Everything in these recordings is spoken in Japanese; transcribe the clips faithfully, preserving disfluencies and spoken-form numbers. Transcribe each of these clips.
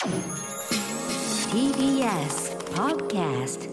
ティービーエス Podcast。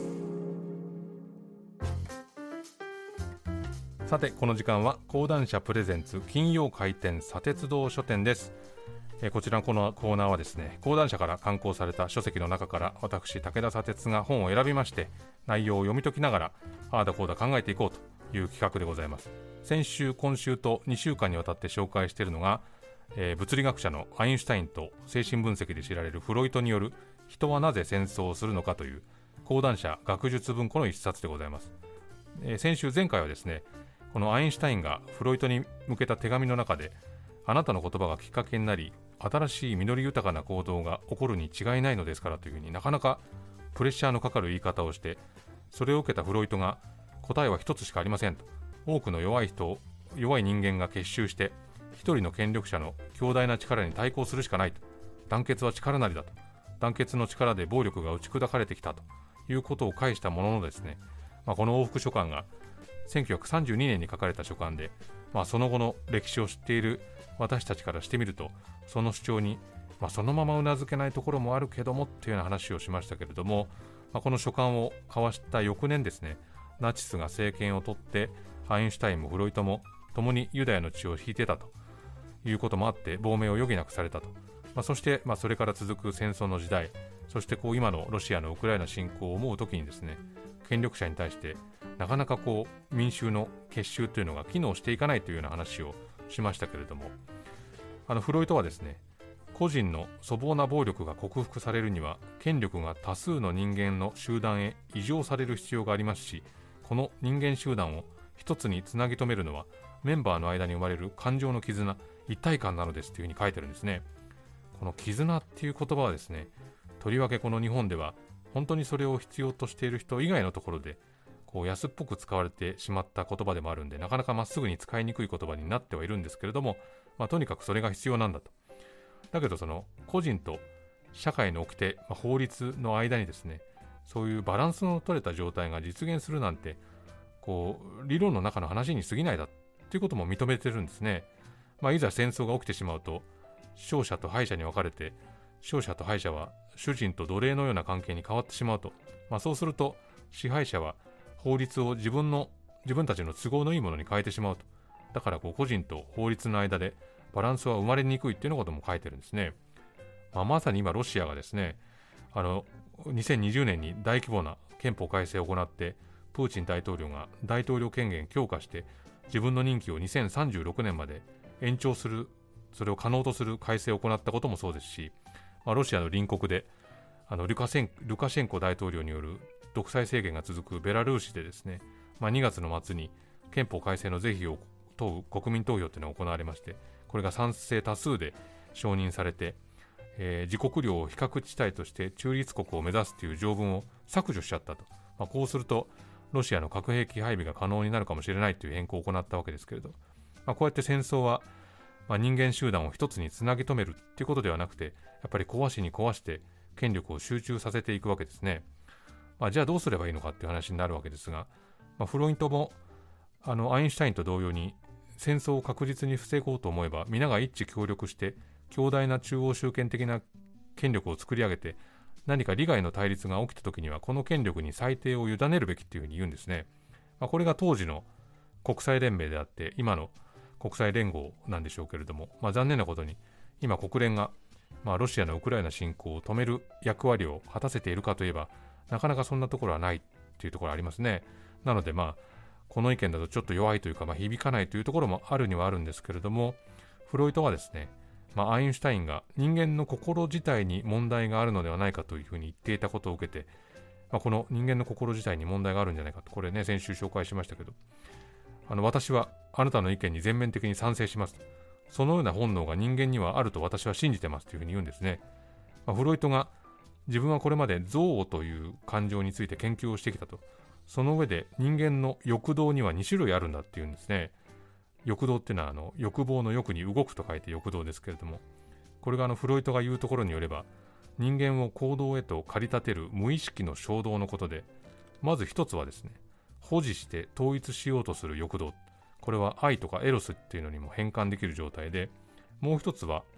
さてこの時間は講談社プレゼンツ金曜開店砂鉄道書店です。えー、こちらのこのコーナーはですね、講談社から刊行された書籍の中から私武田砂鉄が本を選びまして内容を読み解きながらああだこうだ考えていこうという企画でございます。先週今週とにしゅうかんにわたって紹介しているのが、えー、物理学者のアインシュタインと精神分析で知られるフロイトによる人はなぜ戦争をするのかという講談社学術文庫の一冊でございます。えー、先週前回はですね、このアインシュタインがフロイトに向けた手紙の中で、あなたの言葉がきっかけになり新しい実り豊かな行動が起こるに違いないのですからというふうになかなかプレッシャーのかかる言い方をして、それを受けたフロイトが答えは一つしかありませんと、多くの弱い人弱い人間が結集して一人の権力者の強大な力に対抗するしかないと、団結は力なりだと、団結の力で暴力が打ち砕かれてきたということを返したもののですね、まあ、この往復書簡がせんきゅうひゃくさんじゅうにねんに書かれた書簡で、まあ、その後の歴史を知っている私たちからしてみるとその主張に、まあ、そのままうなずけないところもあるけどもというような話をしましたけれども、まあ、この書簡を交わした翌年ですね、ナチスが政権を取ってアインシュタインもフロイトも共にユダヤの血を引いてたということもあって亡命を余儀なくされたと、まあ、そして、まあ、それから続く戦争の時代、そしてこう今のロシアのウクライナ侵攻を思うときにですね、権力者に対してなかなかこう民衆の結集というのが機能していかないというような話をしましたけれども、あのフロイトはですね、個人の粗暴な暴力が克服されるには権力が多数の人間の集団へ移譲される必要がありますし、この人間集団を一つにつなぎ止めるのはメンバーの間に生まれる感情の絆、一体感なのですというふうに書いてるんですね。この絆っていう言葉はですね、とりわけこの日本では本当にそれを必要としている人以外のところでこう安っぽく使われてしまった言葉でもあるんで、なかなかまっすぐに使いにくい言葉になってはいるんですけれども、まあ、とにかくそれが必要なんだと。だけどその個人と社会の掟、まあ、法律の間にですね、そういうバランスの取れた状態が実現するなんてこう理論の中の話に過ぎないだということも認めてるんですね。まあ、いざ戦争が起きてしまうと勝者と敗者に分かれて、勝者と敗者は主人と奴隷のような関係に変わってしまうと、まあ、そうすると支配者は法律を自分の自分たちの都合のいいものに変えてしまうと。だからこう個人と法律の間でバランスは生まれにくいっていうようなことも書いてるんですね。まあ、まさに今ロシアがですね、あのにせんにじゅうねんに大規模な憲法改正を行って、プーチン大統領が大統領権限強化して自分の任期をにせんさんじゅうろくねんまで延長する、それを可能とする改正を行ったこともそうですし、まあ、ロシアの隣国であのルカセン、ルカシェンコ大統領による独裁政権が続くベラルーシでですね、まあ、にがつの末に憲法改正の是非を問う国民投票というのが行われまして、これが賛成多数で承認されて、えー、自国領を非核地帯として中立国を目指すという条文を削除しちゃったと。まあ、こうするとロシアの核兵器配備が可能になるかもしれないという変更を行ったわけですけれど、まあ、こうやって戦争は、まあ、人間集団を一つにつなぎ止めるということではなくて、やっぱり壊しに壊して権力を集中させていくわけですね。まあ、じゃあどうすればいいのかっていう話になるわけですが、まあ、フロイトもあのアインシュタインと同様に戦争を確実に防ごうと思えば皆が一致協力して強大な中央集権的な権力を作り上げて、何か利害の対立が起きた時にはこの権力に裁定を委ねるべきっていうふうに言うんですね。まあ、これが当時の国際連盟であって今の国際連合なんでしょうけれども、まあ、残念なことに今国連が、まあ、ロシアのウクライナ侵攻を止める役割を果たせているかといえばなかなかそんなところはないっていうところありますね。なのでまあこの意見だとちょっと弱いというか、まあ、響かないというところもあるにはあるんですけれども、フロイトはですね、まあ、アインシュタインが人間の心自体に問題があるのではないかというふうに言っていたことを受けて、まあ、この人間の心自体に問題があるんじゃないかと、これね先週紹介しましたけど、あの私はあなたの意見に全面的に賛成します。そのような本能が人間にはあると私は信じてますというふうに言うんですね。まあ、フロイトが自分はこれまで憎悪という感情について研究をしてきたと。その上で人間の欲動にはに種類あるんだっていうんですね。欲動っていうのはあの欲望の欲に動くと書いて欲動ですけれども、これがあのフロイトが言うところによれば、人間を行動へと駆り立てる無意識の衝動のことで、まず一つはですね、保持して統一しようとする欲動、これは愛とかエロスっていうのにも変換できる状態で、もう一つは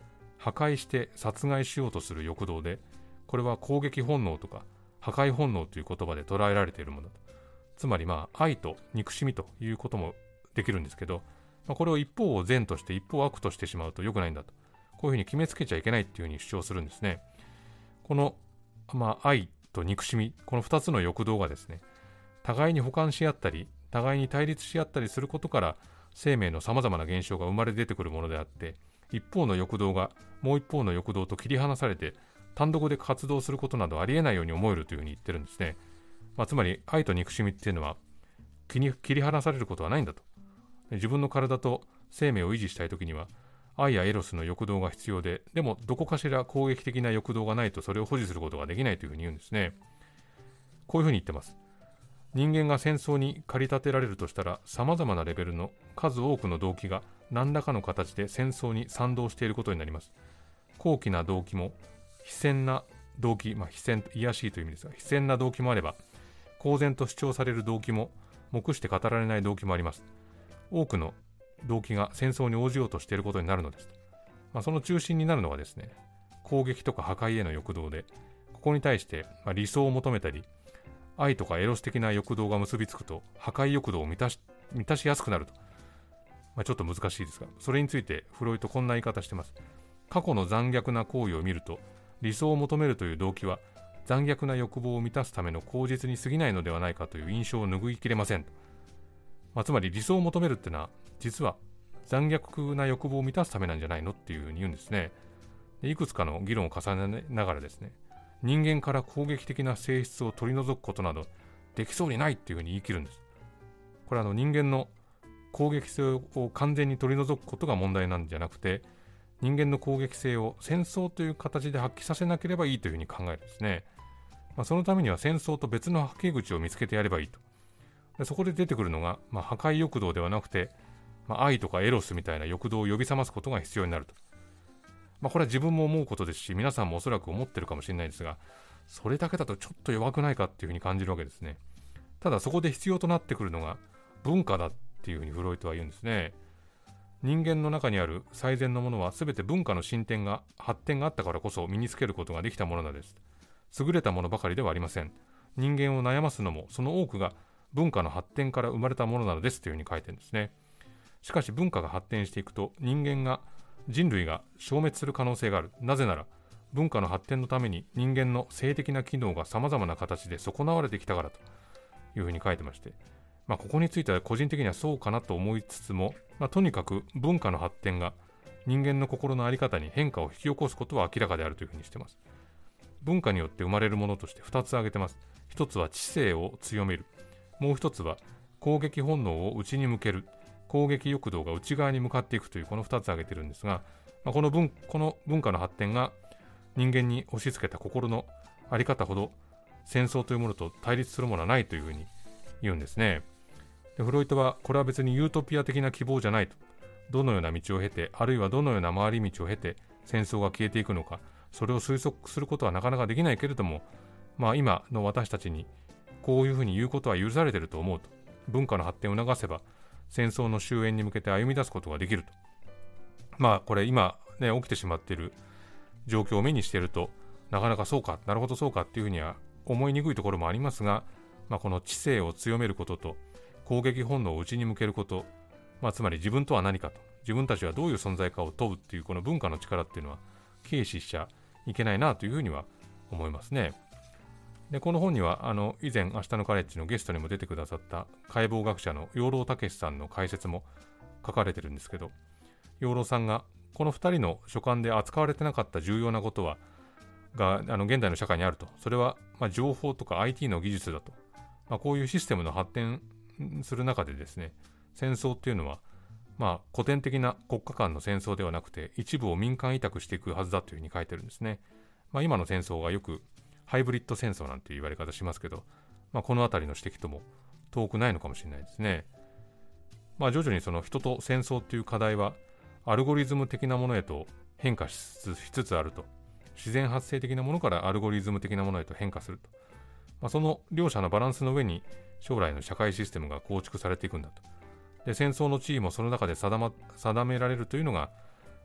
破壊して殺害しようとする欲動で、これは攻撃本能とか破壊本能という言葉で捉えられているものだと。つまりまあ愛と憎しみということもできるんですけど、まあ、これを一方を善として一方を悪としてしまうと良くないんだと、こういうふうに決めつけちゃいけないっていうふうに主張するんですね。この、まあ、愛と憎しみ、このふたつの欲動がですね、互いに補完し合ったり互いに対立し合ったりすることから生命のさまざまな現象が生まれ出てくるものであって、一方の欲動がもう一方の欲動と切り離されて単独で活動することなどありえないように思えるというふうに言ってるんですね。まあ、つまり愛と憎しみっていうのは切り、切り離されることはないんだと。自分の体と生命を維持したいときには愛やエロスの欲動が必要で、でもどこかしら攻撃的な欲動がないとそれを保持することができないというふうに言うんですね。こういうふうに言ってます。人間が戦争に駆り立てられるとしたら、さまざまなレベルの数多くの動機が何らかの形で戦争に賛同していることになります。高貴な動機も非戦な動機、まあ、非戦、卑しいという意味ですが、非戦な動機もあれば、公然と主張される動機も目して語られない動機もあります。多くの動機が戦争に応じようとしていることになるのです。まあ、その中心になるのはですね、攻撃とか破壊への欲動で、ここに対して、まあ、理想を求めたり、愛とかエロス的な欲動が結びつくと破壊欲動を満たし、満たしやすくなると。まあ、ちょっと難しいですが、それについてフロイトこんな言い方してます。過去の残虐な行為を見ると、理想を求めるという動機は残虐な欲望を満たすための口実に過ぎないのではないかという印象を拭いきれません。まあ、つまり理想を求めるってのは実は残虐な欲望を満たすためなんじゃないのっていうふうに言うんですね。でいくつかの議論を重ねながらですね、人間から攻撃的な性質を取り除くことなどできそうにないっていうふうに言い切るんです。これはあの人間の攻撃性を完全に取り除くことが問題なんじゃなくて、人間の攻撃性を戦争という形で発揮させなければいいというふうに考えるんですね。まあ、そのためには戦争と別のはけ口を見つけてやればいいと。でそこで出てくるのが、まあ、破壊欲動ではなくて、まあ、愛とかエロスみたいな欲動を呼び覚ますことが必要になると。まあ、これは自分も思うことですし、皆さんもおそらく思ってるかもしれないですが、それだけだとちょっと弱くないかっていうふうに感じるわけですね。ただそこで必要となってくるのが文化だっていうふうにフロイトは言うんですね。人間の中にある最善のものは全て文化の進展が発展があったからこそ身につけることができたものなのです。優れたものばかりではありません。人間を悩ますのもその多くが文化の発展から生まれたものなのですというふうに書いてるんですね。しかし文化が発展していくと人間が人類が消滅する可能性がある。なぜなら文化の発展のために人間の性的な機能がさまざまな形で損なわれてきたからというふうに書いてまして、まあ、ここについては個人的にはそうかなと思いつつも、まあ、とにかく文化の発展が人間の心の在り方に変化を引き起こすことは明らかであるというふうにしています。文化によって生まれるものとしてふたつ挙げてます。ひとつは知性を強める。もうひとつは攻撃本能を内に向ける。攻撃欲動が内側に向かっていくというこのふたつ挙げてるんですが、まあ、この文、この文化の発展が人間に押し付けた心の在り方ほど戦争というものと対立するものはないというふうに言うんですね。でフロイトはこれは別にユートピア的な希望じゃないと。どのような道を経て、あるいはどのような回り道を経て戦争が消えていくのか、それを推測することはなかなかできないけれども、まあ今の私たちにこういうふうに言うことは許されていると思うと。文化の発展を促せば戦争の終焉に向けて歩み出すことができると。まあこれ今ね起きてしまっている状況を目にしていると、なかなかそうか、なるほどそうかっていうふうには思いにくいところもありますが、まあ、この知性を強めることと攻撃本能を内に向けること、まあ、つまり自分とは何かと、自分たちはどういう存在かを問うっていうこの文化の力っていうのは軽視しちゃいけないなというふうには思いますね。でこの本にはあの以前明日のカレッジのゲストにも出てくださった解剖学者の養老孟司さんの解説も書かれてるんですけど、養老さんがこのふたりの書簡で扱われてなかった重要なことはがあの現代の社会にあると。それは、まあ、情報とか アイティー の技術だと。まあ、こういうシステムの発展する中でですね、戦争っていうのは、まあ、古典的な国家間の戦争ではなくて一部を民間委託していくはずだというふうに書いてるんですね。まあ、今の戦争がよくハイブリッド戦争なんていう言われ方しますけど、まあ、このあたりの指摘とも遠くないのかもしれないですね。まあ、徐々にその人と戦争っていう課題はアルゴリズム的なものへと変化しつつあると。自然発生的なものからアルゴリズム的なものへと変化すると。まあ、その両者のバランスの上に将来の社会システムが構築されていくんだと。で戦争の地位もその中で定ま、定められるというのが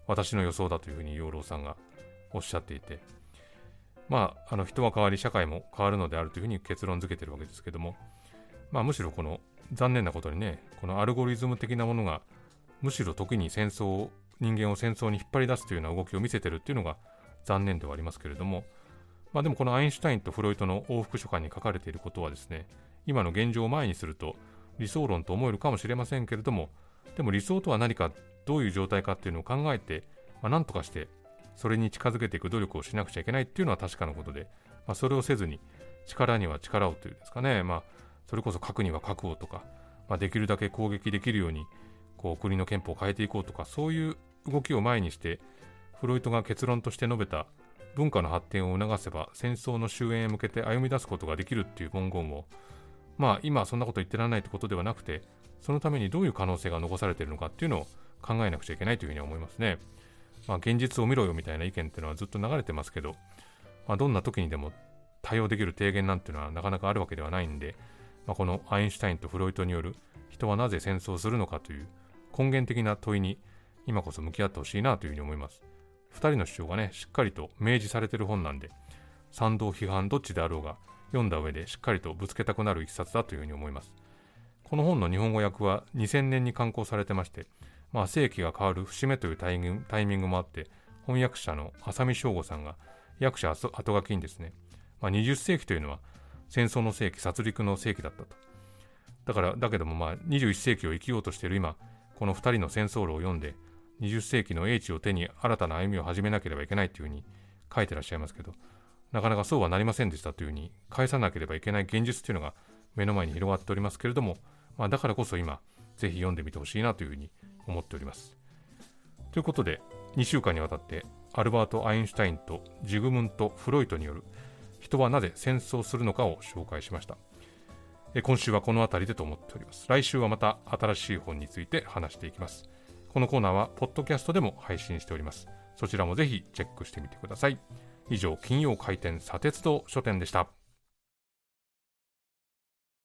私の予想だというふうに養老さんがおっしゃっていて、まあ、あの人は変わり社会も変わるのであるというふうに結論付けてるわけですけども、まあ、むしろこの残念なことにね、このアルゴリズム的なものがむしろ時に戦争を人間を戦争に引っ張り出すというような動きを見せてるっていうのが残念ではありますけれども、まあ、でもこのアインシュタインとフロイトの往復書簡に書かれていることはですね、今の現状を前にすると理想論と思えるかもしれませんけれども、でも理想とは何か、どういう状態かっていうのを考えて、まあ、何とかしてそれに近づけていく努力をしなくちゃいけないっていうのは確かなことで、まあ、それをせずに力には力をというんですかね、まあ、それこそ核には核をとか、まあ、できるだけ攻撃できるようにこう国の憲法を変えていこうとか、そういう動きを前にしてフロイトが結論として述べた文化の発展を促せば戦争の終焉へ向けて歩み出すことができるっていう文言を、まあ今そんなこと言ってられないってことではなくて、そのためにどういう可能性が残されているのかっていうのを考えなくちゃいけないというふうに思いますね。まあ現実を見ろよみたいな意見っていうのはずっと流れてますけど、まあ、どんな時にでも対応できる提言なんていうのはなかなかあるわけではないんで、まあ、このアインシュタインとフロイトによる人はなぜ戦争をするのかという根源的な問いに今こそ向き合ってほしいなというふうに思います。二人の主張がね、しっかりと明示されている本なんで、賛同批判どっちであろうが読んだ上でしっかりとぶつけたくなる一冊だというふうに思います。この本の日本語訳はにせんねんに刊行されてまして、まあ、世紀が変わる節目というタイミング、タイミングもあって、翻訳者の浅見翔吾さんが訳者後書きにですね、まあ、にじゅっせいきというのは戦争の世紀、殺戮の世紀だったと。だからだけどもまあにじゅういっせいきを生きようとしている今、このふたりの戦争論を読んでにじゅっせいきの英知を手に新たな歩みを始めなければいけないというふうに書いてらっしゃいますけど、なかなかそうはなりませんでしたというふうに返さなければいけない現実というのが目の前に広がっておりますけれども、まあ、だからこそ今ぜひ読んでみてほしいなというふうに思っております。ということでにしゅうかんにわたってアルバート・アインシュタインとジグムント・フロイトによる人はなぜ戦争するのかを紹介しました。え今週はこの辺りでと思っております。来週はまた新しい本について話していきます。このコーナーはポッドキャストでも配信しております。そちらもぜひチェックしてみてください。以上、金曜開店砂鉄道書店でした。